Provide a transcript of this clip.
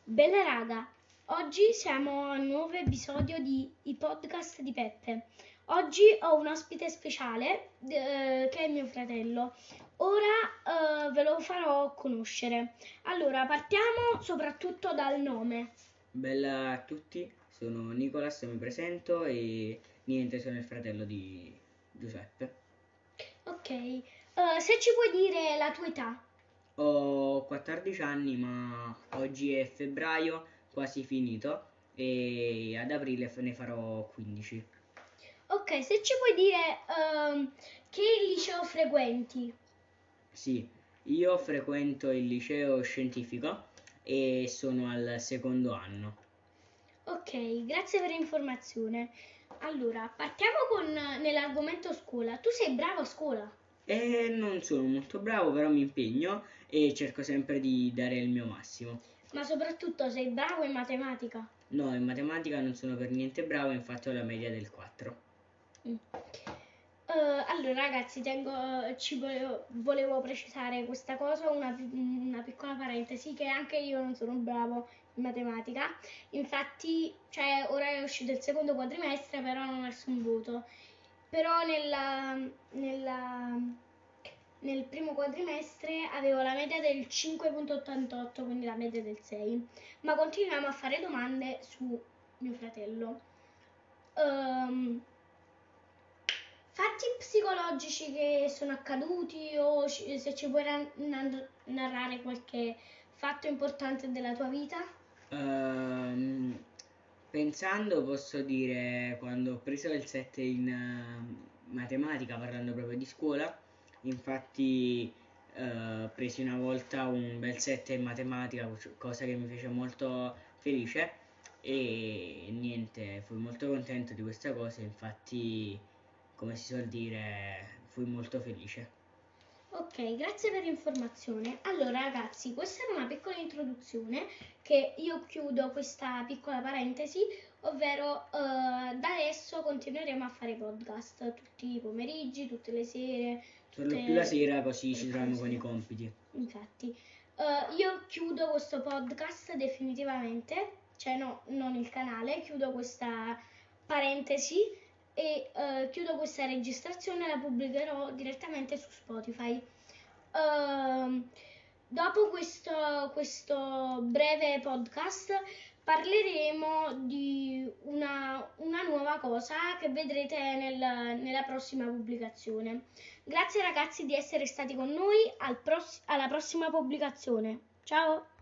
Bella raga, oggi siamo al nuovo episodio di I podcast di Peppe. Oggi ho un ospite speciale che è mio fratello. Ora ve lo farò conoscere. Allora, partiamo soprattutto dal nome. Bella a tutti, sono Nicolas, mi presento e niente, sono il fratello di Giuseppe. Ok, se ci puoi dire la tua età. Ho 14 anni, ma oggi è febbraio, quasi finito, e ad aprile ne farò 15. Ok, se ci puoi dire che liceo frequenti. Sì, io frequento il liceo scientifico e sono al secondo anno. Ok, grazie per l'informazione. Allora, partiamo nell'argomento scuola. Tu sei bravo a scuola? E non sono molto bravo, però mi impegno e cerco sempre di dare il mio massimo. Ma soprattutto sei bravo in matematica? No, in matematica non sono per niente bravo, infatti ho la media del 4. Mm. Allora ragazzi, volevo precisare questa cosa, una piccola parentesi, che anche io non sono bravo in matematica. Infatti, cioè, ora è uscito il secondo quadrimestre, però non ho nessun voto. Però nel primo quadrimestre avevo la media del 5,88, quindi la media del 6, ma continuiamo a fare domande su mio fratello. Fatti psicologici che sono accaduti o se ci puoi narrare qualche fatto importante della tua vita? Ehm, Pensando posso dire quando ho preso il 7 in matematica, parlando proprio di scuola, infatti presi una volta un bel 7 in matematica, cosa che mi fece molto felice e niente, fui molto contento di questa cosa, infatti come si suol dire fui molto felice. Ok, grazie per l'informazione. Allora ragazzi, questa era una piccola introduzione che io chiudo questa piccola parentesi, ovvero da adesso continueremo a fare podcast tutti i pomeriggi, tutte le sere, Per lo più la tutte sera così per ci lo più la troviamo con i sera. compiti. Infatti, io chiudo questo podcast definitivamente, cioè no, non il canale, chiudo questa parentesi e chiudo questa registrazione e la pubblicherò direttamente su Spotify. Ehm, Dopo questo breve podcast parleremo di una nuova cosa che vedrete nella prossima pubblicazione. Grazie ragazzi di essere stati con noi, alla prossima pubblicazione. Ciao!